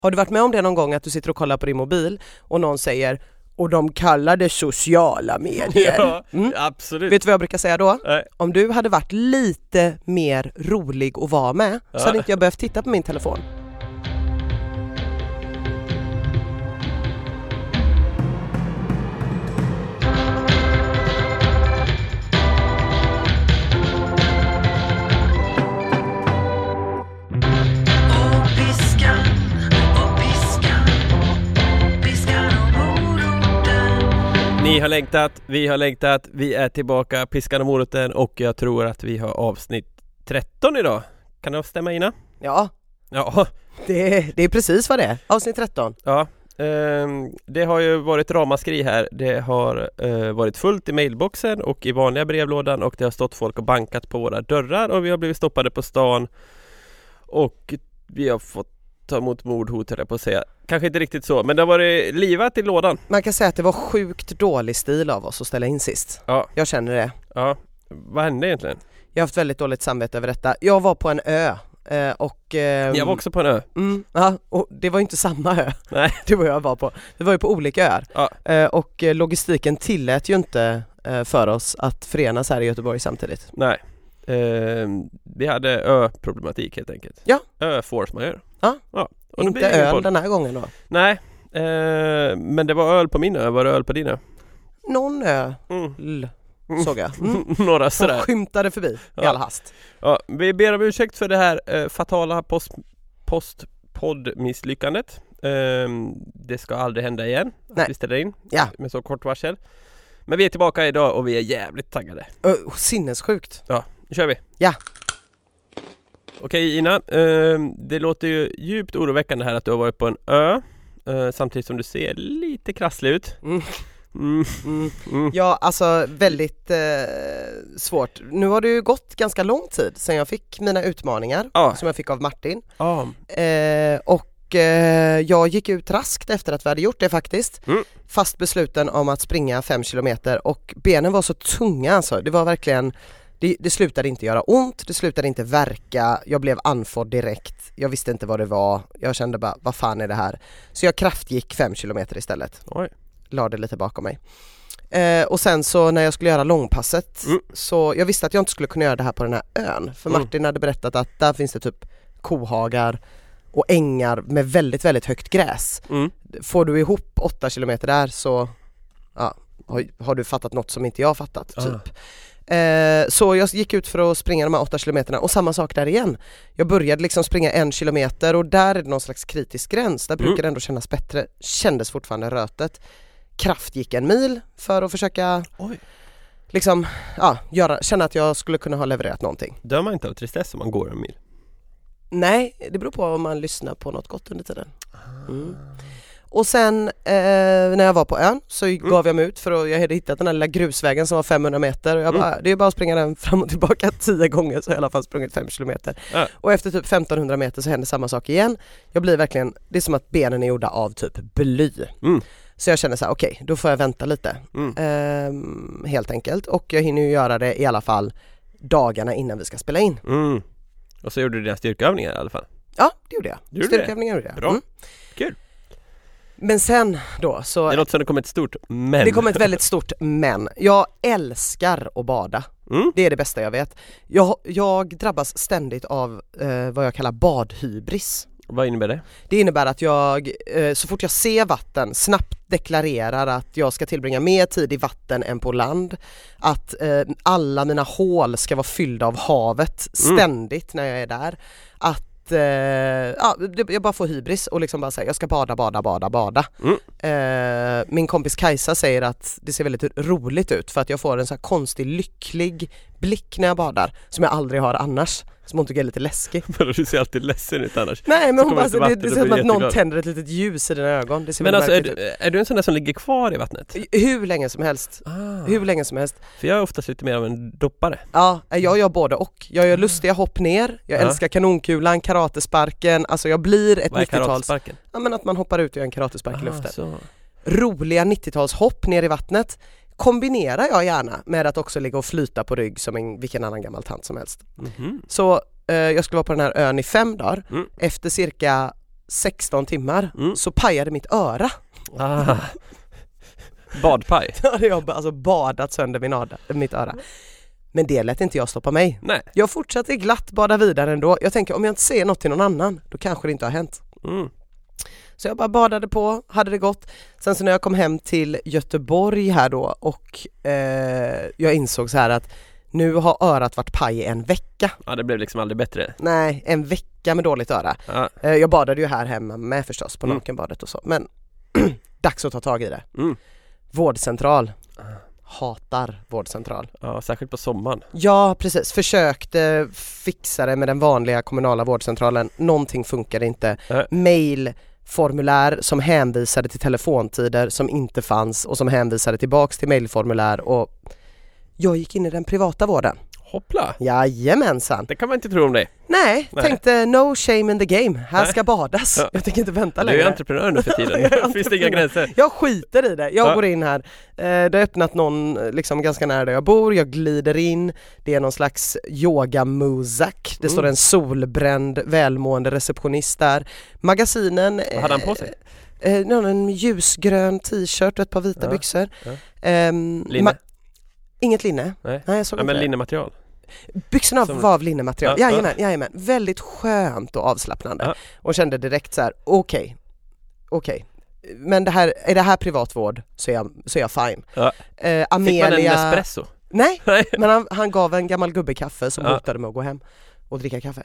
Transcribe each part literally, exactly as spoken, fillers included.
Har du varit med om det någon gång att du sitter och kollar på din mobil och någon säger och de kallar det sociala medier? Ja, mm. absolut. Vet du vad jag brukar säga då? Nej. Om du hade varit lite mer rolig att vara med Ja. så hade inte jag behövt titta på min telefon. Ni har längtat, vi har längtat, vi är tillbaka, Piskan och moroten, och jag tror att vi har avsnitt tretton idag. Kan det stämma, Ina? Ja, Ja, det, det är precis vad det är. Avsnitt tretton. ja. Ehm, det har ju varit ramaskri här. Det har eh, varit fullt i mailboxen och i vanliga brevlådan, och det har stått folk och bankat på våra dörrar, och vi har blivit stoppade på stan och vi har fått ta emot mordhot, höll jag på att säga. Kanske inte riktigt så, men det har varit livat i lådan. Man kan säga att det var sjukt dålig stil av oss att ställa in sist. Ja, Jag känner det. ja. Vad hände egentligen? Jag har haft väldigt dåligt samvete över detta. Jag var på en ö eh, och... Eh, Jag var också på en ö. Mm, ja, och det var inte samma ö. Nej. Det var jag var på. Det var ju på olika öar. Ja. Eh, och eh, logistiken tillät ju inte eh, för oss att förenas här i Göteborg samtidigt. Nej. Ehm, vi hade ö-problematik helt enkelt. Ja. Ö-force majeure. Ja. Ja. Och då blir Inte det ingen öl podd. den här gången då. Nej. Ehm, men det var öl på min ö. Var det öl på din ö? Någon ö Mm. l, såg jag. Mm. Några Som sådär. skymtade förbi Ja. i all hast. Ja, vi ber om ursäkt för det här eh, fatala post, postpodd-misslyckandet. Ehm, det ska aldrig hända igen. Nej. Vi ställer in Ja, med så kort varsel. Men vi är tillbaka idag och vi är jävligt taggade. Ö, sinnessjukt. Ja, nu kör vi. Ja. Okej, Ina, ehm, det låter ju djupt oroväckande här att du har varit på en ö, eh, samtidigt som du ser lite krasslig ut. Mm. Mm. Mm. Mm. Ja, alltså väldigt eh, svårt. Nu har det ju gått ganska lång tid sedan jag fick mina utmaningar Ja. som jag fick av Martin. Ja. Eh, och eh, jag gick ut raskt efter att vi hade gjort det faktiskt. Mm. Fast besluten om att springa fem kilometer, och benen var så tunga alltså. Det var verkligen, det, det slutade inte göra ont, det slutade inte verka. Jag blev andfådd direkt. Jag visste inte vad det var. Jag kände bara, vad fan är det här? Så jag kraftgick fem kilometer istället. Oj. Lade lite bakom mig. Eh, och sen så när jag skulle göra långpasset Mm. så jag visste att jag inte skulle kunna göra det här på den här ön. För Mm. Martin hade berättat att där finns det typ kohagar och ängar med väldigt, väldigt högt gräs. Mm. Får du ihop åtta kilometer där så ja, har, har du fattat något som inte jag har fattat Ah. typ. Eh, så jag gick ut för att springa de här åtta kilometerna, och samma sak där igen. Jag började liksom springa en kilometer och där är det någon slags kritisk gräns. Där brukar Mm. det ändå kännas bättre. Kändes fortfarande rötet. Kraft gick en mil för att försöka Oj. liksom, ja, göra, känna att jag skulle kunna ha levererat någonting. Dör man inte av tristess om man går en mil? Nej, det beror på om man lyssnar på något gott under tiden. Mm. Och sen eh, när jag var på ön så Mm. gav jag mig ut för att jag hade hittat den här lilla grusvägen som var femhundra meter, och jag Mm. bara, det är bara att springa den fram och tillbaka tio gånger, så jag i alla fall sprungit fem kilometer. Ja. Och efter typ femtonhundra meter så hände samma sak igen. Jag blir verkligen, det är som att benen är gjorda av typ bly. Mm. Så jag känner så här, okej, då får jag vänta lite. Mm. Ehm, helt enkelt. Och jag hinner ju göra det i alla fall dagarna innan vi ska spela in. Mm. Och så gjorde du dina styrkeövningar i alla fall. Ja, det gjorde jag. Du gjorde Styrkeövningar gjorde jag. Bra. Mm. Kul. Men sen då så... Det låter som det kommer ett stort men. Det kommer ett väldigt stort men. Jag älskar att bada. Mm. Det är det bästa jag vet. Jag, jag drabbas ständigt av eh, vad jag kallar badhybris. Vad innebär det? Det innebär att jag eh, så fort jag ser vatten snabbt deklarerar att jag ska tillbringa mer tid i vatten än på land. Att eh, alla mina hål ska vara fyllda av havet ständigt när jag är där. Att eh, ja, jag bara får hybris och liksom bara säger jag ska bada, bada, bada, bada. Mm. Eh, min kompis Kajsa säger att det ser väldigt roligt ut för att jag får en så här konstig lycklig blick när jag badar som jag aldrig har annars. Som hon tycker är lite läskig. Men du ser alltid ledsen ut annars. Nej, men Så hon kommer bara, det till det, vatten det och ser ut blir som att någon jätteglad. tänder ett litet ljus i dina ögon. Det ser Men väl alltså, är märkligt du, är du en sån där som ligger kvar i vattnet? ut. Hur länge som helst. Ah. Hur länge som helst. För jag är oftast lite mer av en doppare. Ja, jag gör både och. Jag gör lustiga hopp ner. Jag Ja. älskar kanonkulan, karatesparken. Alltså jag blir ett Vad är nittio-tals... karatesparken? Ja, men att man hoppar ut och gör en karatespark i Ah, luften. så. Roliga nittio-talshopp ner i vattnet kombinerar jag gärna med att också ligga och flyta på rygg som en, vilken annan gammal tant som helst. Mhm. Så eh, jag skulle vara på den här ön i fem dagar. Mm. Efter cirka sexton timmar Mm. så pajade mitt öra. Ah. Badpaj. Då hade jag alltså badat sönder min öra, mitt öra. Men det lät inte jag stoppa mig. Nej. Jag fortsatte glatt bada vidare ändå. Jag tänker om jag inte säger något till någon annan, då kanske det inte har hänt. Mm. Så jag bara badade på, hade det gott. Sen så när jag kom hem till Göteborg här då och eh, jag insåg så här att nu har örat varit paj en vecka. Ja, det blev liksom aldrig bättre. Nej, en vecka med dåligt öra. Ja. Eh, jag badade ju här hemma med förstås på Mm. nakenbadet och så. Men dags att ta tag i det. Mm. Vårdcentral. Hatar vårdcentral. Ja, särskilt på sommaren. Ja, precis. Försökte fixa det med den vanliga kommunala vårdcentralen. Någonting funkade inte. Äh. Mail, formulär som hänvisade till telefontider som inte fanns och som hänvisade tillbaks till mailformulär och jag gick in i den privata vården. Hoppla! Jajamensan. Det kan man inte tro om dig. Nej, Nej. tänkte no shame in the game. Här Nej. ska badas. Ja. Jag tänker inte vänta Du är längre. ju entreprenör nu för tiden. Jag är Finns det inga gränser? Jag skiter i det. Jag Ja. går in här. Eh, det har öppnat någon liksom ganska nära där jag bor. Jag glider in. Det är någon slags yoga muzak. Det Mm. står en solbränd välmående receptionist där. Magasinen. Vad hade han på sig? Eh, eh, någon, en ljusgrön t-shirt och ett par vita Ja. byxor. Ja. Ehm, Linne? ma- Inget linne. Nej. Nej, jag såg Ja, inte men det. linnematerial. Byxorna Som- var av linnematerial. Ja, Jajamän, jajamän. Väldigt skönt och avslappnande. Ja. Och kände direkt så här: okej, okej. Men det här, är det här privatvård så är jag, så är jag fine. Ja. Eh, Fick man en Amelia... espresso? Nej, Nej. men han, han gav en gammal gubbe kaffe som Ja. hotade med att gå hem och dricka kaffe.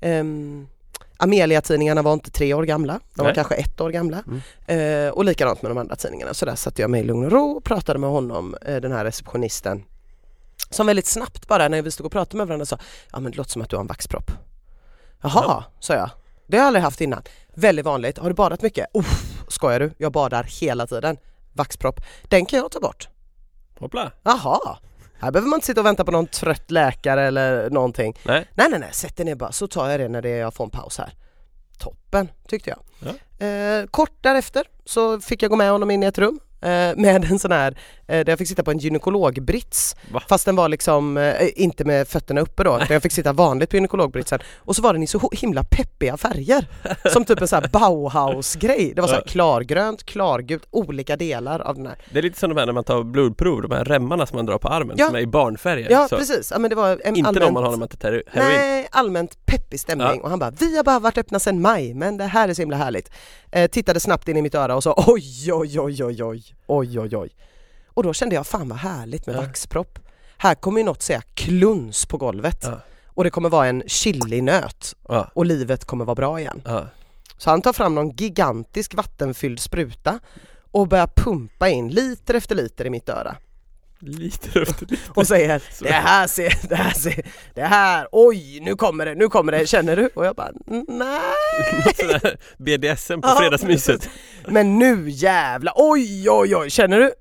Um, Amelia-tidningarna var inte tre år gamla, de var Nej. kanske ett år gamla. Mm. Eh, och likadant med de andra tidningarna. Så där satte jag mig i lugn och ro och pratade med honom, eh, den här receptionisten. Som väldigt snabbt bara när vi stod och pratade med varandra sa: ja men det låter som att du har en vaxpropp. Jaha, Ja. sa jag. Det har jag aldrig haft innan. Väldigt vanligt. Har du badat mycket? Uff, skojar du? Jag badar hela tiden. Vaxpropp. Den kan jag ta bort. Hoppla. Jaha. Här behöver man inte sitta och vänta på någon trött läkare eller någonting. Nej. Nej, nej, nej. Sätt dig ner bara. Så tar jag det när det är jag får en paus här. Toppen, tyckte jag. Ja. Eh, kort därefter så fick jag gå med honom in i ett rum eh, med en sån här, eh, där jag fick sitta på en gynekologbrits. Va? Fast den var liksom, eh, inte med fötterna uppe då, utan jag fick sitta vanligt på gynekologbritsen. Och så var den i så ho- himla peppiga färger. Som typ en sån här Bauhaus-grej. Det var så här Ja. klargrönt, klargult, olika delar av den här. Det är lite som de här när man tar blodprov, de här remmarna som man drar på armen Ja. som är i barnfärger. Ja, Så precis. Ja, men det var en inte allmänt... de man har när man tar heroin. Nej, allmänt peppig stämning. Ja. Och han bara: vi har bara varit öppna sedan maj, men det här är så himla härligt. Eh, tittade snabbt in i mitt öra och sa: oj, oj, oj, oj, oj, oj, oj, oj. Och då kände jag: fan vad härligt med Ja. vaxpropp. Här kommer ju något säga kluns på golvet. Ja. Och det kommer vara en chilinöt. Ja. Och livet kommer vara bra igen. Ja. Så han tar fram någon gigantisk vattenfylld spruta och börjar pumpa in liter efter liter i mitt öra. Lite efter lite. Och säger: det här ser, det här ser, det här, oj, nu kommer det, nu kommer det, känner du? Och jag bara: nej. Sån här B D S M på Ja, fredagsmyset. Men nu jävla, oj, oj, oj, känner du?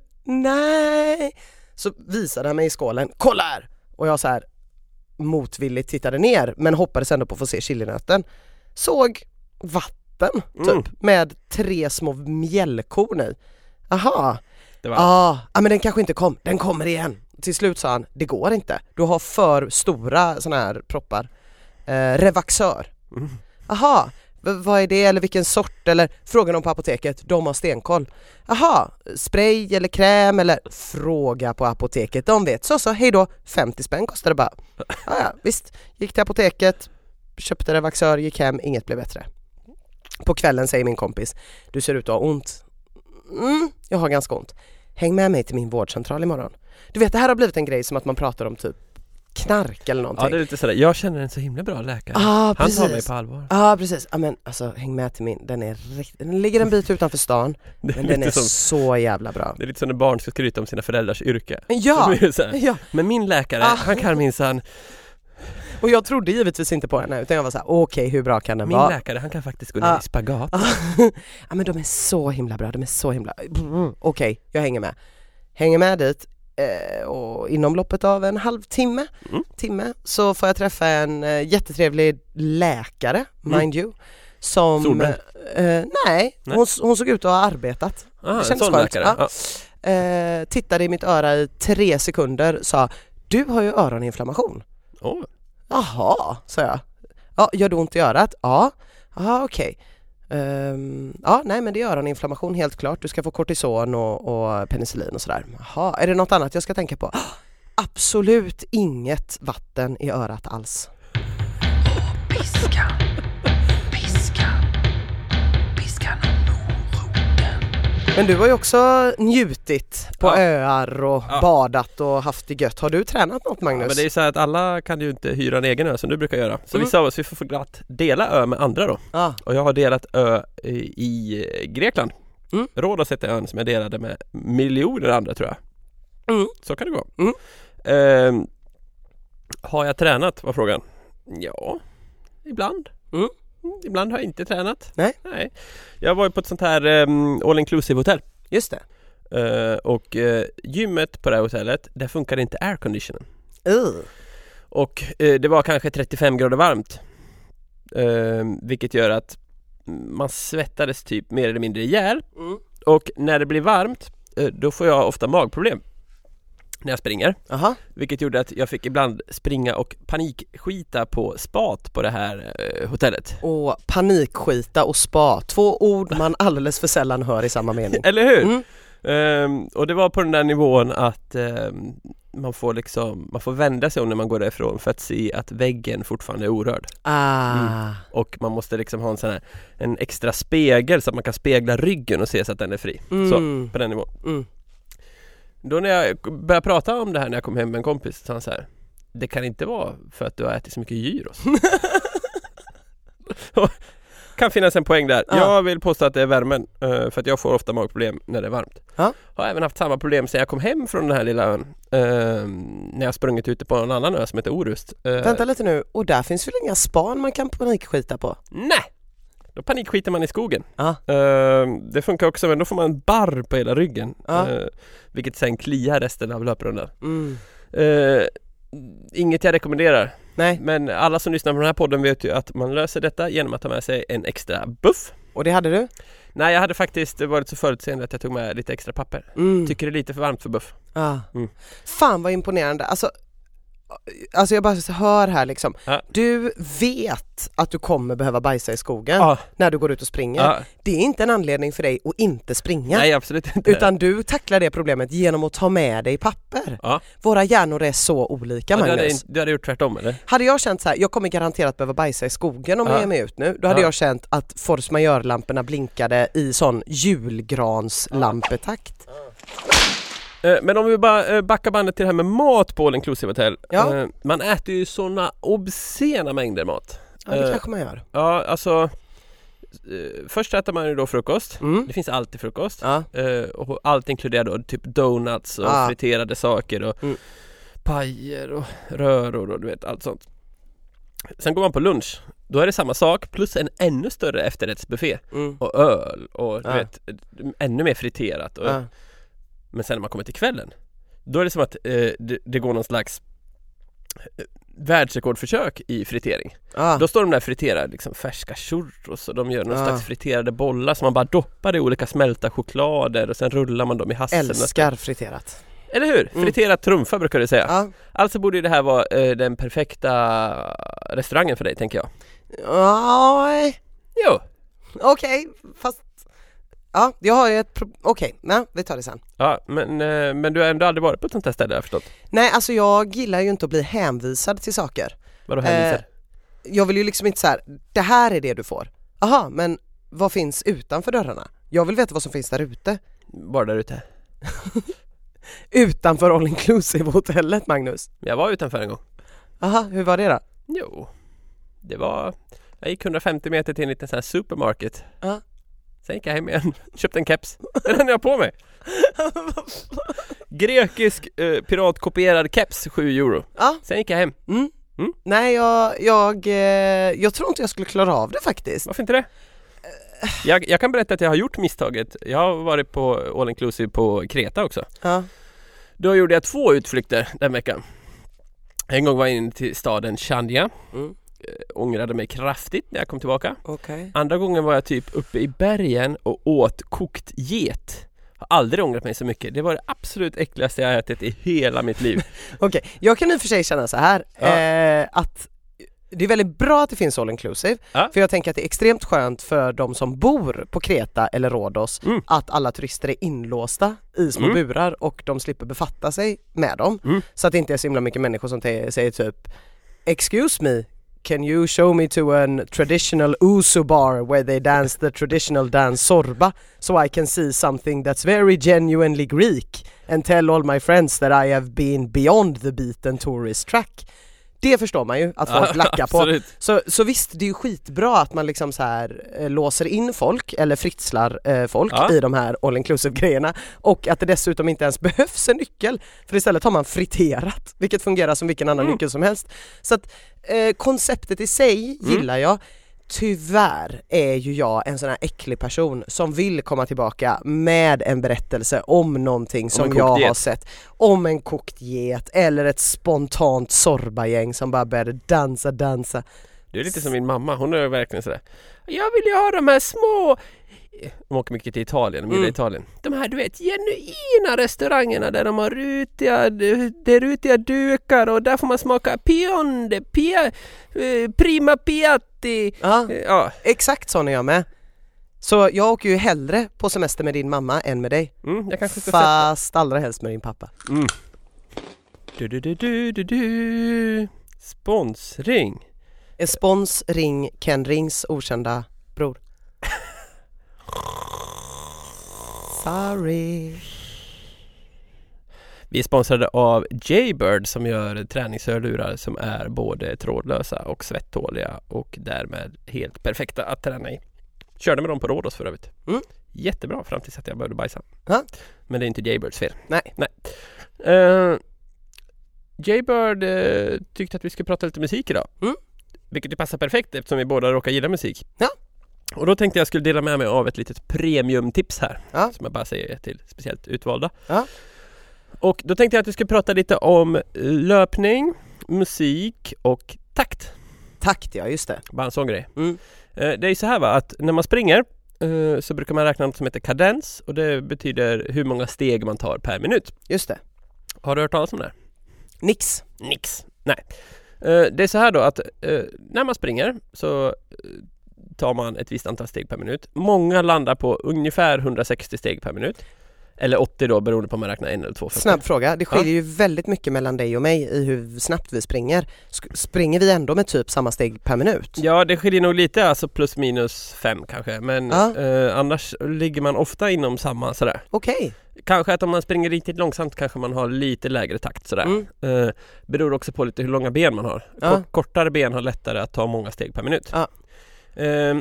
Nej. Så visade han mig i skålen: kolla här. Och jag så här motvilligt tittade ner, men hoppades ändå på att få se chilinöten. Såg vatten, typ, Mm. med tre små mjällkorn i. Aha. Det var Ja, ah, men den kanske inte kom. Den kommer igen. Till slut sa han: det går inte. Du har för stora såna här proppar. Eh, Revaxör. Mm. Aha, v- vad är det eller vilken sort? Eller frågan om på apoteket. De har stenkoll. Aha, spray eller kräm eller fråga på apoteket. De vet. Så så, hej då. femtio spänn kostar det bara. Ah, ja, visst. Gick till apoteket, köpte Revaxör, gick hem, inget blev bättre. På kvällen säger min kompis: du ser ut att ha ont. Mm, jag har ganska ont. Häng med mig till min vårdcentral imorgon. Du vet, det här har blivit en grej som att man pratar om typ knark eller någonting. Ja, det är lite sådär. Jag känner en så himla bra läkare. Ah, Han precis. tar mig på allvar. Ja, ah, precis. Ja, men alltså, häng med till min. Den är rikt... Den ligger en bit utanför stan, Det är, men den lite är som, så jävla bra. det är lite som när barn ska skryta om sina föräldrars yrke. Ja, Så blir det så här. ja. Men min läkare, Ah. han kan minsann. Och jag trodde givetvis inte på henne, utan jag var så här: okej, hur bra kan den Min vara? läkare, han kan faktiskt gå ner Ah. i spagat. Ja, men de är så himla bra, de är så himla... Mm, okej, jag hänger med. Hänger med dit eh, och inom loppet av en halvtimme Mm. timme så får jag träffa en eh, jättetrevlig läkare, Mm. mind you, som... Solbränd? Eh, nej, Nej. Hon, hon såg ut att ha arbetat. Ah, Det en kändes sån skönt. läkare. Ja. Ja. Eh, tittade i mitt öra i tre sekunder, sa: du har ju öroninflammation. Åh. Jaha, sa jag. Ja, gör det ont i örat? Ja. Jaha, okej. Um, ja, nej men det gör en inflammation helt klart. Du ska få kortison och, och penicillin och sådär. Jaha, är det något annat jag ska tänka på? Absolut inget vatten i örat alls. Piskan, piskan, piskan och moroten. Men du har ju också njutit på Ja. öar och Ja. badat och haft det gött. Har du tränat något, Magnus? Ja, men det är så här att alla kan ju inte hyra en egen ö som du brukar göra. Så Mm. vissa av oss vi får få glatt dela ö med andra då. ah. Och jag har delat ö i, i Grekland. Mm. Rhodos heter ön som jag delade med miljoner andra tror jag. Mm. Så kan det gå. Mm. Ehm, har jag tränat var frågan? Ja, ibland. Mm. Mm, Ibland har jag inte tränat. Nej. Nej. Jag var ju på ett sånt här um, all inclusive hotell. Just det. Uh, och uh, gymmet på det här hotellet, där funkar inte airconditionen. Uh. Och uh, det var kanske trettiofem grader varmt. Uh, vilket gör att man svettades typ mer eller mindre ihjäl. Mm. Och när det blir varmt, uh, då får jag ofta magproblem när jag springer. Aha. Vilket gjorde att jag fick ibland springa och panikskita på spat på det här uh, hotellet. Och panikskita och spa. Två ord man alldeles för sällan hör i samma mening. Eller hur? Mm. Um, och det var på den där nivån att um, man får liksom man får vända sig om när man går därifrån för att se att väggen fortfarande är orörd. Ah. Mm. Och man måste liksom ha en sån här en extra spegel så att man kan spegla ryggen och se så att den är fri. Mm. Så, på den nivån. Mm. Då när jag började prata om det här när jag kom hem med en kompis så sa han så här: det kan inte vara för att du har ätit så mycket gyros. Kan finnas en poäng där. Ja. Jag vill påstå att det är värmen uh, för att jag får ofta magproblem när det är varmt. Ja. Har även haft samma problem sen jag kom hem från den här lilla ön. Uh, när jag sprungit ute på en annan ö som heter Orust. Uh, Vänta lite nu. Och där finns väl inga span man kan panikskita på? Nej! Då panikskiter man i skogen. Ja. Uh, det funkar också, men då får man barr på hela ryggen. Ja. Uh, vilket sen kliar resten av löprundan. Mm. Uh, inget jag rekommenderar. Nej. Men alla som lyssnar på den här podden vet ju att man löser detta genom att ta med sig en extra buff. Och det hade du? Nej, jag hade faktiskt varit så förutseende att jag tog med lite extra papper. Mm. Tycker det är lite för varmt för buff. Ah. Mm. Fan vad imponerande. Alltså, alltså jag bara hör här liksom. Ja. Du vet att du kommer behöva bajsa i skogen Ja. när du går ut och springer. Ja. Det är inte en anledning för dig att inte springa. Nej, absolut inte. Utan du tacklar det problemet genom att ta med dig papper. Ja. Våra hjärnor är så olika, Ja, du, Magnus. hade, du hade gjort tvärtom, eller? Hade jag känt så här, jag kommer garanterat behöva bajsa i skogen om Ja. jag ger mig ut nu. Då hade Ja. jag känt att force majeure-lamporna blinkade i sån julgranslampetakt. Eh, Men om vi bara eh, backar bandet till det här med mat på all inclusive hotell. Ja. Eh, Man äter ju såna obscena mängder mat. Ja, det Eh, kanske man gör. Ja, alltså eh, först äter man ju då frukost. Mm. Det finns alltid frukost. Ja. Eh, och allt inkluderar då typ donuts och Ah. friterade saker och Mm. pajer och röror och du vet allt sånt. Sen går man på lunch. Då är det samma sak plus en ännu större efterrättsbuffé Mm. och öl och du Ah. vet ännu mer friterat. Och, Ja. Men sen när man kommer till kvällen, då är det som att eh, det, det går någon slags eh, världsrekordförsök i fritering. Ja. Då står de där friterar liksom färska churros och de gör någon Ah. slags friterade bollar som man bara doppar i olika smälta choklader och sen rullar man dem i hasselnötter. Älskar friterat. Eller hur? Mm. Friterat trumfa brukar du säga. Ja. Alltså borde ju det här vara eh, den perfekta restaurangen för dig, tänker jag. Ja, Jo. okej, fast ja, jag har ju ett pro- okej, nej, vi tar det sen. Ja, men, eh, men du har ändå aldrig varit på ett sånt här ställe, har jag förstått. Nej, alltså jag gillar ju inte att bli hänvisad till saker. Vadå hänvisar? Eh, jag vill ju liksom inte så här, det här är det du får. Aha, men vad finns utanför dörrarna? Jag vill veta vad som finns där ute. Bara där ute. Utanför all inclusive hotellet, Magnus. Jag var utanför en gång. Aha, hur var det då? Jo, det var... Jag gick hundrafemtio meter till en liten sån här supermarket. Ja. Sen gick jag hem igen. Köpte en keps. Den hade jag på mig. Grekisk eh, piratkopierad keps, sju euro. Ja. Sen gick jag hem. Mm. Mm. Nej, jag, jag, eh, jag tror inte jag skulle klara av det faktiskt. Varför inte det? Jag, jag kan berätta att jag har gjort misstaget. Jag har varit på all inclusive på Kreta också. Ja. Då gjorde jag två utflykter den veckan. En gång var jag in till staden Chandia. Mm. Ångrade mig kraftigt när jag kom tillbaka. Okej. Andra gången var jag typ uppe i bergen och åt kokt get. Har aldrig ångrat mig så mycket. Det var det absolut äckligaste jag ätit i hela mitt liv. Okej, jag kan i och för sig känna så här Ja. eh, att det är väldigt bra att det finns all inclusive. Ja. För jag tänker att det är extremt skönt för de som bor på Kreta eller Rhodos Mm. att alla turister är inlåsta i små Mm. burar och de slipper befatta sig med dem. Mm. Så att det inte är så himla mycket människor som te- säger typ excuse me, can you show me to an traditional Uso bar where they dance the traditional dance Sorba so I can see something that's very genuinely Greek and tell all my friends that I have been beyond the beaten tourist track. Det förstår man ju att folk Ja, lackar på. absolut. Så, så visst, det är ju skitbra att man liksom så här eh, låser in folk eller fritslar eh, folk Ja. i de här all inclusive grejerna och att det dessutom inte ens behövs en nyckel för istället har man friterat, vilket fungerar som vilken annan Mm. nyckel som helst. Så att eh, konceptet i sig Mm. gillar jag. Tyvärr är ju jag en sån här äcklig person som vill komma tillbaka med en berättelse om någonting som en jag kokt har get. sett. Om en kokt get eller ett spontant sorbagäng som bara började dansa, dansa. Det är lite som min mamma, hon är verkligen sådär. Jag vill ju ha de här små... De åker mycket till Italien, de gillar Mm. Italien. De här, du vet, genuina restaurangerna där de har rutiga, det är rutiga dukar och där får man smaka pionde, pia, eh, prima piatti. Ja, Eh, Ja, exakt sån är jag med. Så jag åker ju hellre på semester med din mamma än med dig. mm, jag kanske ska sätta... Fast allra helst med din pappa. Mm. Du, du, du, du, du, du. Sponsring. Spons ring Ken Rings okända bror. Sorry. Vi är sponsrade av Jaybird som gör träningshörlurar som är både trådlösa och svettåliga och därmed helt perfekta att träna i. Körde med dem på Rhodos för övrigt. Mm. Jättebra fram tills att jag började bajsa. Ja. Men det är inte Jaybirds fel. Nej. Nej. Uh, Jaybird uh, tyckte att vi skulle prata lite musik idag. Mm. Vilket ju passar perfekt eftersom vi båda råkar gilla musik. Ja. Och då tänkte jag skulle dela med mig av ett litet premiumtips här. Ja. Som jag bara säger till speciellt utvalda. Ja. Och då tänkte jag att vi ska prata lite om löpning, musik och takt. Takt, ja, just det. Bara en sån grej. Mm. Eh, Det är så här va, att när man springer eh, så brukar man räkna något som heter kadens. Och det betyder hur många steg man tar per minut. Just det. Har du hört talas om det här? Nix. Nix. Nej. Eh, Det är så här då att eh, när man springer så eh, tar man ett visst antal steg per minut. Många landar på ungefär hundrasextio steg per minut. Eller åttio då beroende på om man räknar en eller två fötter. Snabb fråga. Det skiljer ju väldigt mycket mellan dig och mig i hur snabbt vi springer. Sk- springer vi ändå med typ samma steg per minut? Ja, det skiljer nog lite, alltså plus minus fem kanske. Men Ja. eh, annars ligger man ofta inom samma sådär. Okej. Kanske att om man springer riktigt långsamt kanske man har lite lägre takt sådär. Mm. Eh, beror också på lite hur långa ben man har. Ja. Kort, kortare ben har lättare att ta många steg per minut. Ja. Eh,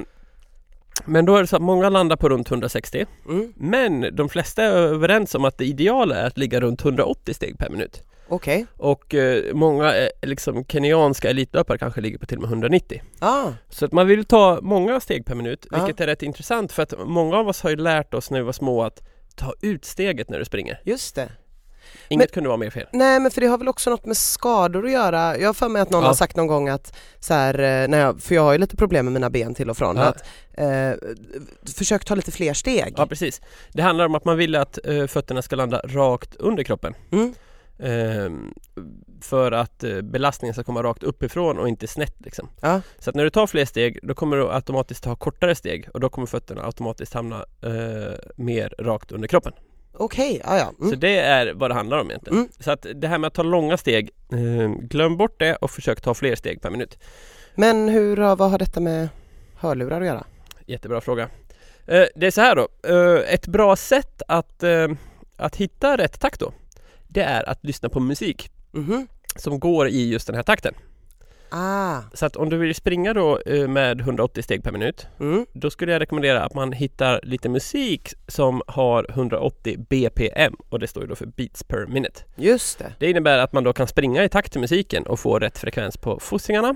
men då är det så att många landar på runt hundrasextio. Mm. Men de flesta är överens om att det ideala är att ligga runt hundraåttio steg per minut. Okej. Och eh, många eh, liksom kenyanska elitlöpare kanske ligger på till och med hundranittio. Ah. Så att man vill ta många steg per minut, Ja. vilket är rätt intressant för att många av oss har ju lärt oss när vi var små att ta ut steget när du springer. Just det. Inget Men- kunde vara mer fel. Nej, men för det har väl också något med skador att göra. Jag har för mig att någon Ja. har sagt någon gång att så här, eh, när jag, för jag har ju lite problem med mina ben till och från, Ja. att eh, försök ta lite fler steg. Ja, precis. Det handlar om att man vill att eh, fötterna ska landa rakt under kroppen. Mm. Ehm, för att eh, belastningen ska komma rakt uppifrån och inte snett liksom. Ja. Så att när du tar fler steg då kommer du automatiskt ta kortare steg och då kommer fötterna automatiskt hamna eh, mer rakt under kroppen. Okej, ja ja. Så Mm. det är vad det handlar om egentligen. Mm. Så att det här med att ta långa steg, eh, glöm bort det och försök ta fler steg per minut. Men hur, har- vad har detta med hörlurar att göra? Jättebra fråga. Eh, det är så här då, eh, ett bra sätt att, eh, att hitta rätt takt då, det är att lyssna på musik Mhm. som går i just den här takten. Ah. Så att om du vill springa då eh, med hundraåttio steg per minut, Mm. då skulle jag rekommendera att man hittar lite musik som har hundraåttio B P M och det står ju då för beats per minute. Just det. Det innebär att man då kan springa i takt till musiken och få rätt frekvens på fossingarna.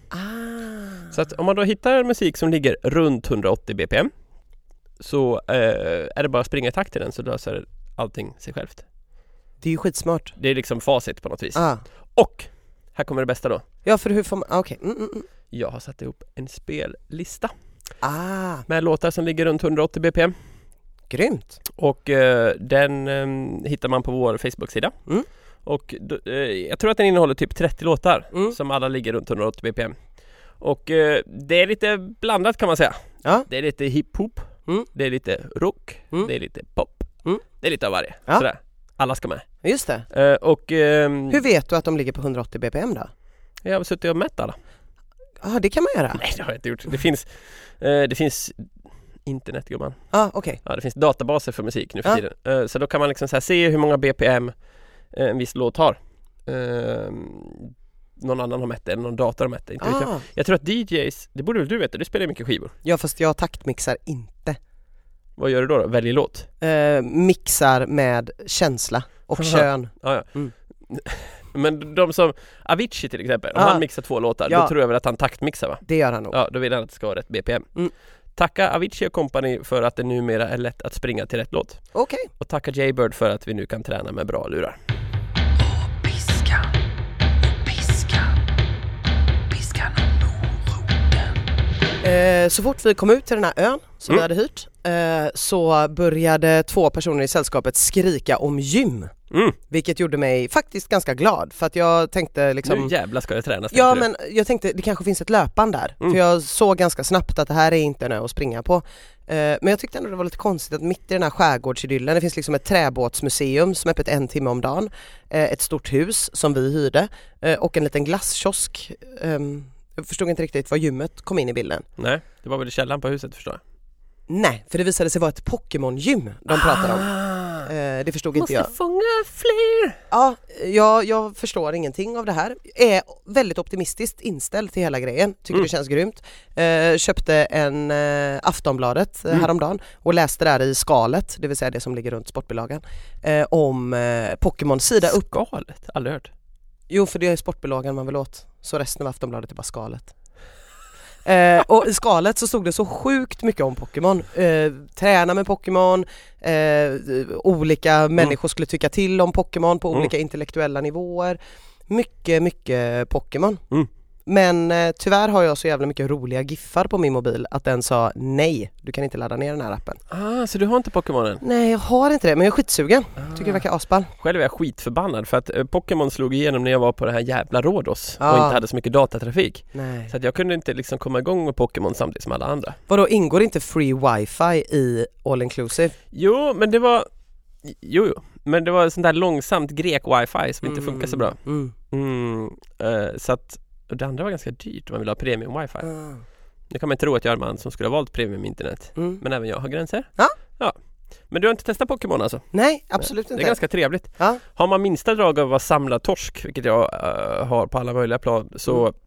Ah. Så att om man då hittar musik som ligger runt hundraåttio B P M så eh, är det bara att springa i takt till den så löser allting sig självt. Det är ju skitsmart. Det är liksom facit på något vis. Ah. Och här kommer det bästa då. Ja, för hur får man... ah, Okej. Mm, mm, mm. Jag har satt ihop en spellista Ah, med låtar som ligger runt hundraåttio B P M. grymt. Och eh, den eh, hittar man på vår Facebook-sida. Mm. Och d- eh, jag tror att den innehåller typ trettio låtar Mm. som alla ligger runt hundraåttio B P M. Och eh, det är lite blandat kan man säga. Ja. Det är lite hiphop, Mm. det är lite rock, Mm. det är lite pop. Mm. Det är lite av varje. Ja. Sådär. Alla ska med. Just det. Eh, och ehm, Hur vet du att de ligger på hundraåttio B P M då? jag har suttit och mätt alla. Ja, det kan man göra. Nej, det har jag inte gjort. Det finns, eh, det finns internet, gumman. Ja, okej. Ja, det finns databaser för musik nu för Ja. tiden. Eh, så då kan man liksom så här se hur många B P M eh, en viss låt har. Eh, någon annan har mätt det, eller någon dator har mätt det. Inte vet jag. Ah. jag tror att D Js, det borde väl du veta, du spelar mycket skivor. Ja, fast jag taktmixar inte. Vad gör du då? då? Väljer låt? Eh, mixar med känsla och Aha. kön. Ja, ja. Mm. Men de som Avicii till exempel, om Ja. han mixar två låtar, Ja. då tror jag väl att han taktmixar, va? Det gör han nog. Ja, då vill han att det ska vara rätt B P M. Mm. Tacka Avicii och company för att det numera är lätt att springa till rätt låt. Okej. Och tacka Jaybird för att vi nu kan träna med bra lurar. Piskan, piskan, piskan och moroten. Eh, så fort vi kom ut till den här ön som Mm. vi hade hyrt eh, så började två personer i sällskapet skrika om gym. Mm. Vilket gjorde mig faktiskt ganska glad för att jag tänkte liksom... Nu jävla ska jag träna. Ja, tänkte men jag tänkte det kanske finns ett löpband där. Mm. För jag såg ganska snabbt att det här är inte en ö att springa på. Eh, men jag tyckte ändå det var lite konstigt att mitt i den här skärgårdsidyllen, det finns liksom ett träbåtsmuseum som är öppet en timme om dagen. Eh, ett stort hus som vi hyrde eh, och en liten glasskiosk. Ehm, jag förstod inte riktigt var gymmet kom in i bilden. du? Nej, det var väl källan på huset, förstår jag. Nej, för det visade sig vara ett Pokémon-gym de pratade om. Ah. Eh, det förstod inte Måste jag. fånga fler. Ja, jag, jag förstår ingenting av det här. Är väldigt optimistiskt inställd till hela grejen. Tycker Mm. det känns grymt. Eh, köpte en eh, Aftonbladet eh, Mm. häromdagen och läste där i skalet, det vill säga det som ligger runt sportbilagan, eh, om eh, Pokémon sida upp. Skalet, aldrig hört. Jo, för det är sportbilagan man vill åt. Så resten av Aftonbladet är bara skalet. Eh, och i skalet så stod det så sjukt mycket om Pokémon. Eh, träna med Pokémon, eh, olika människor skulle tycka till om Pokémon på Mm. olika intellektuella nivåer. Mycket, mycket Pokémon. Mm. Men eh, tyvärr har jag så jävla mycket roliga giffar på min mobil att den sa nej, du kan inte ladda ner den här appen. Ah, så du har inte Pokémonen? Nej, jag har inte det, men jag är skitsugen. Ah. Tycker det verkar asball. Själv är jag skitförbannad för att eh, Pokémon slog igenom när jag var på det här jävla Rhodos och Ah. inte hade så mycket datatrafik. Nej. Så att jag kunde inte liksom komma igång med Pokémon samtidigt som alla andra. Vadå, ingår inte free wifi i all inclusive? Jo, men det var... Jo, jo. Men det var sånt där långsamt grek-wifi som inte funkar så bra. Mm. Mm, eh, så att... Och det andra var ganska dyrt om man vill ha premium wifi. Ah. Nu kan man inte tro att jag är en man som skulle ha valt premium internet. Mm. Men även jag har gränser. Ja. Ja. Men du har inte testat Pokémon alltså? Nej, absolut Det inte. är ganska trevligt. Ja. Har man minsta drag av att samla torsk, vilket jag uh, har på alla möjliga plan, så Mm.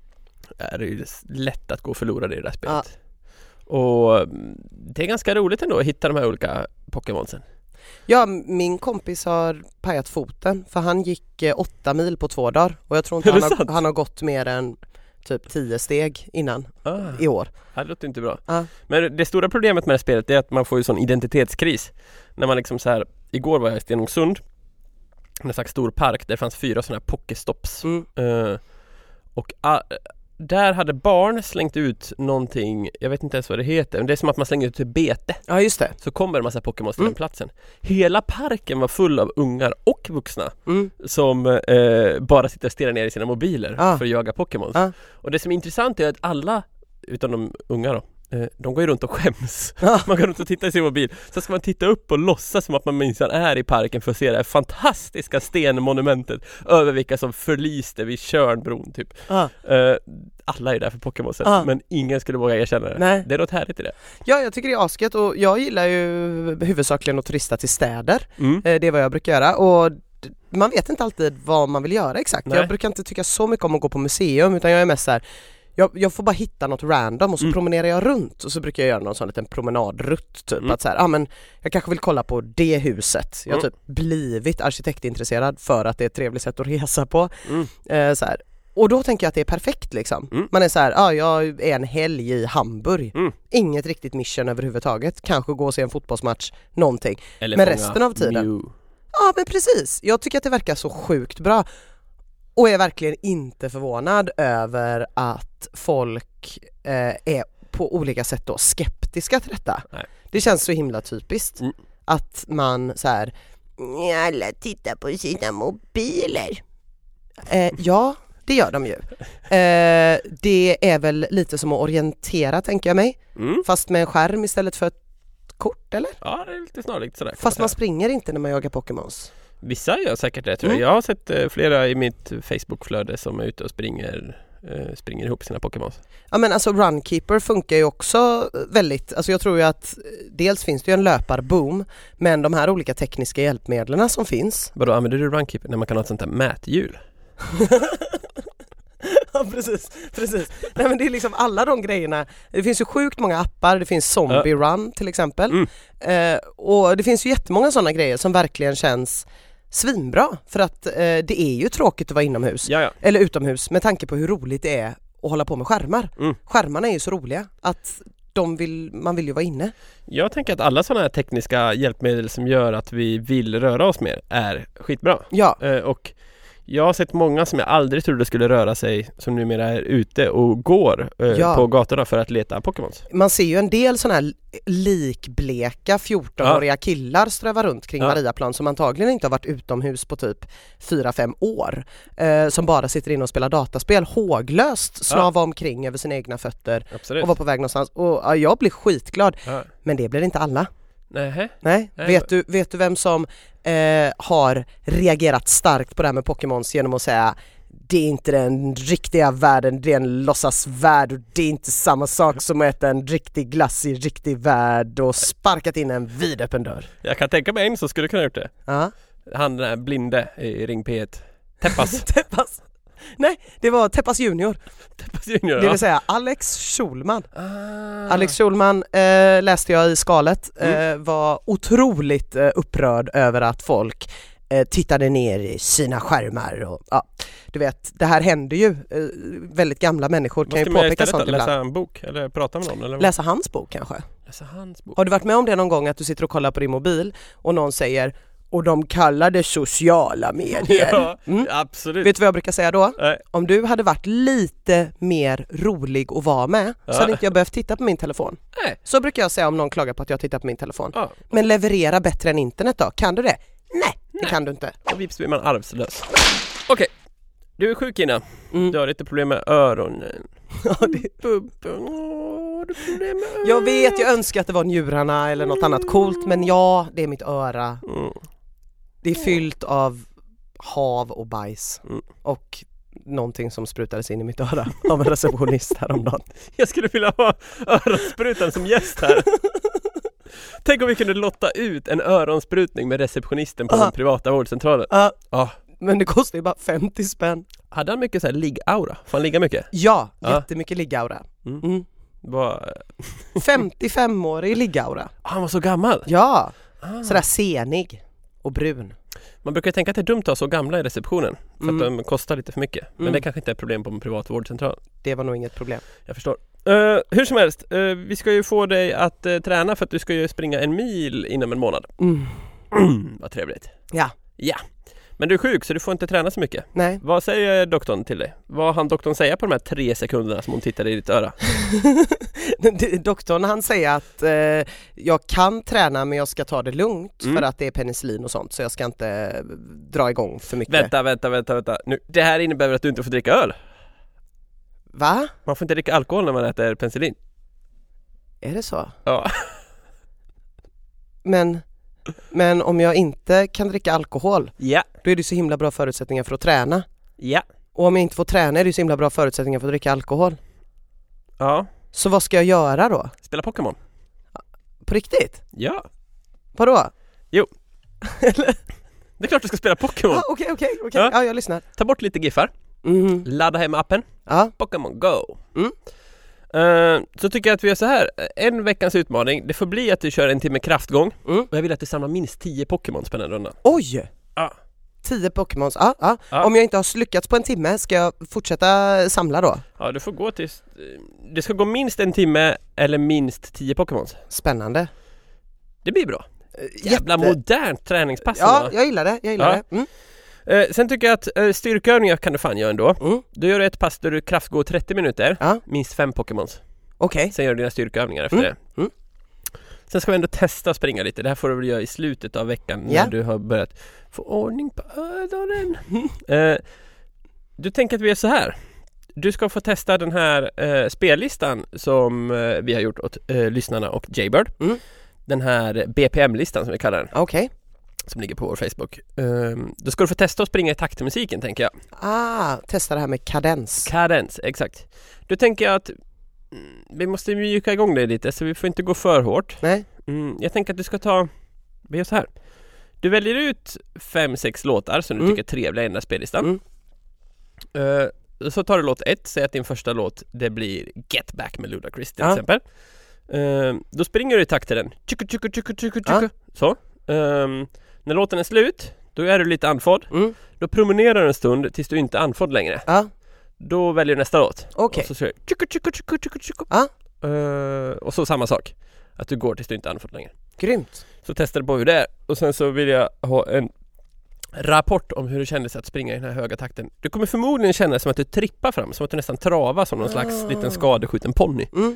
är det ju lätt att gå förlorad i det där spelet. Och mm, det är ganska roligt ändå att hitta de här olika Pokémonsen. Ja, min kompis har pajat foten för han gick eh, åtta mil på två dagar och jag tror inte Är det han har, sant? han har gått mer än typ tio steg innan Ah, i år. det låter inte bra. Ja. Men det stora problemet med det här spelet är att man får ju sån identitetskris. När man liksom så här, igår var jag i Stenungsund, en slags stor park där det fanns fyra sådana här Pokéstops. Mm. Uh, och uh, där hade barn slängt ut någonting, jag vet inte ens vad det heter, men det är som att man slänger ut ett bete. Ja, just det. Så kommer en massa Pokémon till Mm. den platsen. Hela parken var full av ungar och vuxna Mm. som eh, bara sitter och stirrar ner i sina mobiler Ah. för att jaga Pokémon. Ah. Och det som är intressant är att alla, utom de unga då, eh, de går ju runt och skäms. Ah. Man går runt och tittar i sin mobil. Så ska man titta upp och låtsas som att man minsann är i parken för att se det här fantastiska stenmonumentet över vilka som förliste vid Tjörnbron typ. Ja. Eh, alla är där för Pokémon Ah. men ingen skulle våga erkänna det. Nej. Det är något härligt i det. Ja, jag tycker det är asket och jag gillar ju huvudsakligen att turista till städer. Mm. Eh, Det är vad jag brukar göra och d- man vet inte alltid vad man vill göra exakt. Nej. Jag brukar inte tycka så mycket om att gå på museum utan jag är mest så här. Jag, jag får bara hitta något random och så Mm. promenerar jag runt och så brukar jag göra någon sån liten promenadrutt typ Mm. att så här, ja men jag kanske vill kolla på det huset. Jag har Mm. typ blivit arkitektintresserad för att det är ett trevligt sätt att resa på. Mm. Eh, så här. Och då tänker jag att det är perfekt liksom. Mm. Man är så här, ja jag är en helg i Hamburg. Mm. Inget riktigt mission överhuvudtaget. Kanske gå och se en fotbollsmatch, någonting. Eller Men fånga resten av tiden- Mew. Ja men precis, jag tycker att det verkar så sjukt bra och är verkligen inte förvånad över att folk eh, är på olika sätt då skeptiska till detta. Nej. Det känns så himla typiskt Mm. att man så här, alla tittar på sina mobiler. Eh, ja, det gör de ju. Eh, det är väl lite som att orientera, tänker jag mig. Mm. Fast med en skärm istället för ett kort, eller? Ja, det är lite snarlikt sådär. Fast man springer inte när man jagar Pokémons. Vissa gör säkert det, tror jag. Mm. Jag har sett eh, flera i mitt Facebook-flöde som är ute och springer, eh, springer ihop sina Pokémons. Ja, men alltså Runkeeper funkar ju också väldigt, alltså jag tror ju att dels finns det ju en löparboom, men de här olika tekniska hjälpmedlen som finns. Vadå, använder du Runkeeper när man kan ha ett sånt här mäthjul? Ja, precis, precis. Nej, men det är liksom alla de grejerna. Det finns ju sjukt många appar. Det finns Zombie ja. Run till exempel. Mm. Eh, och det finns ju jättemånga sådana grejer som verkligen känns svinbra. För att eh, det är ju tråkigt att vara inomhus. Jaja. Eller utomhus med tanke på hur roligt det är att hålla på med skärmar. Mm. Skärmarna är ju så roliga att de vill, man vill ju vara inne. Jag tänker att alla sådana här tekniska hjälpmedel som gör att vi vill röra oss mer är skitbra. Ja. Eh, och jag har sett många som jag aldrig trodde skulle röra sig som numera är ute och går eh, Ja. på gatorna för att leta Pokémons. Man ser ju en del sådana här likbleka fjorton-åriga ja. killar ströva runt kring ja. Mariaplan som antagligen inte har varit utomhus på typ fyra fem år. Eh, som bara sitter inne och spelar dataspel håglöst, snava ja. omkring över sina egna fötter. Absolut. Och vara på väg någonstans. Och ja, jag blir skitglad. Ja. Men det blir inte alla. Nähä. Nej, Nej. Vet, du, vet du vem som eh, har reagerat starkt på det här med Pokémons genom att säga det är inte den riktiga världen, det är en låtsasvärld och det är inte samma sak som att äta en riktig glass i riktig värld och sparkat in en vidöppen dör. Jag kan tänka mig en som skulle kunna gjort det. Ja. Han den här blinde i Ring P ett. Teppas. Teppas. Nej, det var Teppas Junior. Teppas Junior, det ja. vill säga Alex Schulman. Ah. Alex Schulman eh, läste jag i Skalet, mm. eh, var otroligt eh, upprörd över att folk eh, tittade ner i sina skärmar. Och, ja, du vet, det här händer ju. Eh, väldigt gamla människor kan ju påpeka sånt ibland. Läsa en bok eller prata med någon? Eller läsa hans bok kanske. Läsa hans bok. Har du varit med om det någon gång att du sitter och kollar på din mobil och någon säger och de kallar det sociala medier. Ja, mm. absolut. Vet du vad jag brukar säga då? Nej. Om du hade varit lite mer rolig att vara med ja. så hade inte jag behövt titta på min telefon. Nej. Så brukar jag säga om någon klagar på att jag tittar på min telefon. Ja. Men leverera bättre än internet då? Kan du det? Nej, det Nej. kan du inte. Och vips blir man arvslös. Okej, okay. Du är sjuk Ina. Mm. Du har lite problem med öronen. Ja, det... Åh, du har problem med öronen. Jag vet, jag önskar att det var njurarna eller något annat coolt. Men ja, det är mitt öra. Mm. Det är fyllt av hav och bajs. Mm. Och någonting som sprutades in i mitt öra av en receptionist häromdagen. Jag skulle vilja ha öronsprutan som gäst här. Tänk om vi kunde lotta ut en öronsprutning med receptionisten på uh. den privata vårdcentralen. Uh. Ah. Men det kostar ju bara femtio spänn. Hade han mycket så här ligg-aura? Får han ligga mycket? Ja, uh. jättemycket ligg-aura. Mm. Mm. Var... femtiofem-årig ligg-aura. Han var så gammal? Ja, ah. sådär senig och brun. Man brukar tänka att det är dumt att ha så gamla i receptionen för mm. att de kostar lite för mycket. Men mm. det kanske inte är ett problem på en privat vårdcentral. Det var nog inget problem. Jag förstår. Uh, hur som helst, uh, vi ska ju få dig att uh, träna för att du ska ju springa en mil inom en månad. Mm. Mm, vad trevligt. Ja. Ja. Men du är sjuk så du får inte träna så mycket. Nej. Vad säger doktorn till dig? Vad han doktorn säga på de här tre sekunderna som hon tittade i ditt öra? Doktorn han säger att eh, jag kan träna men jag ska ta det lugnt mm. för att det är penicillin och sånt så jag ska inte eh, dra igång för mycket. Vänta, vänta, vänta, vänta. Nu, det här innebär att du inte får dricka öl. Va? Man får inte dricka alkohol när man äter penicillin. Är det så? Ja. Men... Men om jag inte kan dricka alkohol, ja. då är det så himla bra förutsättningar för att träna. Ja. Och om jag inte får träna är det så himla bra förutsättningar för att dricka alkohol. Ja. Så vad ska jag göra då? Spela Pokémon. På riktigt? Ja. Vadå? Jo. Det är klart du ska spela Pokémon. Ja, okej, okej, okej. Ja, jag lyssnar. Ta bort lite giffar. Mm. Ladda hem appen. Ja. Pokémon Go. Mm. Uh, så tycker jag att vi gör så här. En veckans utmaning, det får bli att du kör en timme kraftgång. Mm. Och jag vill att du samlar minst tio Pokémons på den rundan. Oj! Ja. Tio Pokémons, ja, ja. ja. Om jag inte har lyckats på en timme, ska jag fortsätta samla då? Ja, du får gå till... Det ska gå minst en timme eller minst tio Pokémons. Spännande. Det blir bra. Jävla Jätte... modernt träningspass. Ja, jag gillar det, jag gillar ja. det. Mm. Uh, sen tycker jag att uh, styrkeövningar kan du fan göra ändå. Mm. Du gör ett pass där du kraftgår trettio minuter. Ja. Minst fem Pokémons. Okej. Okay. Sen gör du dina styrkeövningar efter mm. det. Mm. Sen ska vi ändå testa att springa lite. Det här får du väl göra i slutet av veckan. Ja. När du har börjat få ordning på ögonen. uh, du tänker att vi är så här. Du ska få testa den här eh, spellistan som eh, vi har gjort åt eh, lyssnarna och Jaybird. Mm. Den här B P M-listan som vi kallar den. Okej. Okay. Som ligger på vår Facebook. Um, då ska du få testa att springa i takt till musiken, tänker jag. Ah, testa det här med kadens. Kadens, exakt. Då tänker jag att mm, vi måste mjuka igång det lite, så vi får inte gå för hårt. Nej. Mm, jag tänker att du ska ta, vi gör så här. Du väljer ut fem, sex låtar som du Mm. tycker är trevliga i den här spellistan. Mm. Uh, så tar du låt ett, säg att din första låt det blir Get Back med Ludacris till Ja. exempel. Uh, då springer du i takt till den. Tjuku, tjuku, tjuku, tjuku, tjuku. Ja. Så. Um, när låten är slut, då är du lite andfådd. Mm. Då promenerar du en stund tills du inte är andfådd längre. Ja. Då väljer du nästa låt. Okej. Och så säger du tjuku, tjuku, tjuku, tjuku, tjuku. Ja. Uh, och så samma sak. Att du går tills du inte är andfådd längre. Grymt. Så testar du på hur det är. Och sen så vill jag ha en rapport om hur det kändes att springa i den här höga takten. Du kommer förmodligen känna som att du trippar fram. Som att du nästan travar som någon slags Ah. liten skadeskjuten ponny. Mm.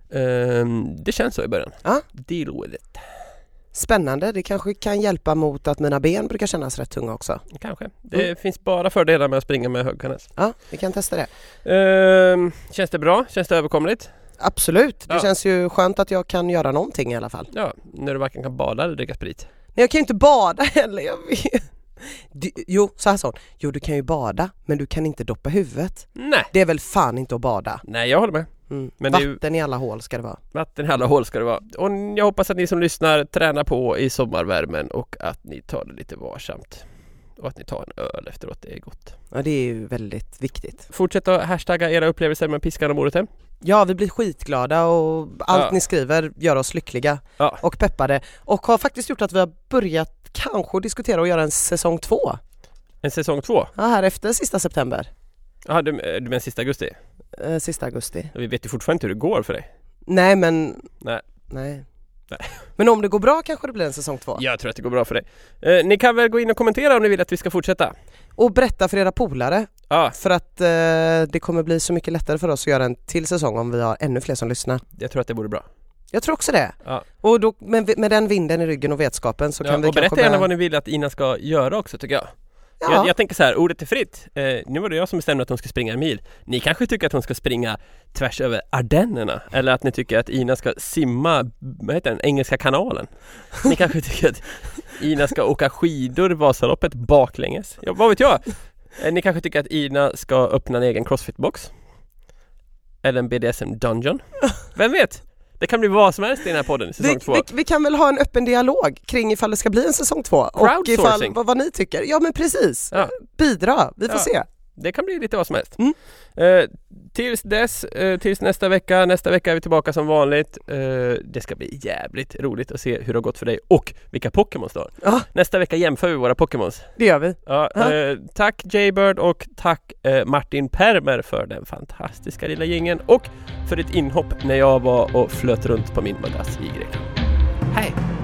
Uh, det känns så i början. Ja. Deal with it. Spännande. Det kanske kan hjälpa mot att mina ben brukar kännas rätt tunga också. Kanske. Det Mm. finns bara fördelar med att springa med hög kadens. Ja, vi kan testa det. Uh, känns det bra? Känns det överkomligt? Absolut. Det Ja. känns ju skönt att jag kan göra någonting i alla fall. Ja, när du varken kan bada eller dricka sprit. Nej, jag kan ju inte bada heller. Jag vet. Du, jo, så här sa hon. Jo, du kan ju bada, men du kan inte doppa huvudet. Nej. Det är väl fan inte att bada. Nej, jag håller med. Mm. Men det är ju- Vatten i alla hål ska det vara. Vatten i alla hål ska det vara. Och jag hoppas att ni som lyssnar tränar på i sommarvärmen och att ni tar det lite varsamt. Och att ni tar en öl efteråt, det är gott. Ja, det är ju väldigt viktigt. Fortsätt att hashtagga era upplevelser med piskan och moroten. Ja, vi blir skitglada och allt Ja. ni skriver gör oss lyckliga Ja. och peppade. Och har faktiskt gjort att vi har börjat kanske diskutera att göra en säsong två. En säsong två. Ja, här efter sista september. Ja, du, du menar sista augusti. Eh, sista augusti. Vi vet ju fortfarande inte hur det går för dig. Nej, men... Nej. Nej. Nej. Men om det går bra kanske det blir en säsong två. Jag tror att det går bra för dig. Eh, ni kan väl gå in och kommentera om ni vill att vi ska fortsätta. Och berätta för era polare. Ja, För att eh, det kommer bli så mycket lättare för oss att göra en till säsong om vi har ännu fler som lyssnar. jag tror att det vore bra. Jag tror också det. Ja. Och då, med, med den vinden i ryggen och vetskapen så Ja, kan vi och berätta kanske gärna börja... vad ni vill att Ina ska göra också, tycker jag. Ja. Jag, jag tänker så här, ordet är fritt. Eh, nu var det jag som bestämde att hon ska springa en mil. Ni kanske tycker att hon ska springa tvärs över Ardennerna. Eller att ni tycker att Ina ska simma, vad heter den, Engelska kanalen. Ni kanske tycker att Ina ska åka skidor i Vasaloppet baklänges. Ja, vad vet jag? Eh, ni kanske tycker att Ina ska öppna en egen crossfit-box. Eller en B D S M-dungeon. Vem vet? Det kan bli vad som helst i den här podden, säsong vi, två. vi, vi kan väl ha en öppen dialog kring ifall det ska bli en säsong två. Och Crowdsourcing. ifall, vad, vad ni tycker. Ja, men precis. Ja. Bidra, vi får Ja. se. Det kan bli lite vad som helst. Mm. Eh, tills dess, eh, tills nästa vecka. Nästa vecka är vi tillbaka som vanligt. Eh, det ska bli jävligt roligt att se hur det har gått för dig och vilka Pokémon står. Ja, Nästa vecka jämför vi våra Pokémons. det gör vi. Ja, Ja. eh, tack Jaybird och tack eh, Martin Permer för den fantastiska lilla gängen och för ditt inhopp när jag var och flöt runt på min madrass i Grekland. Hej!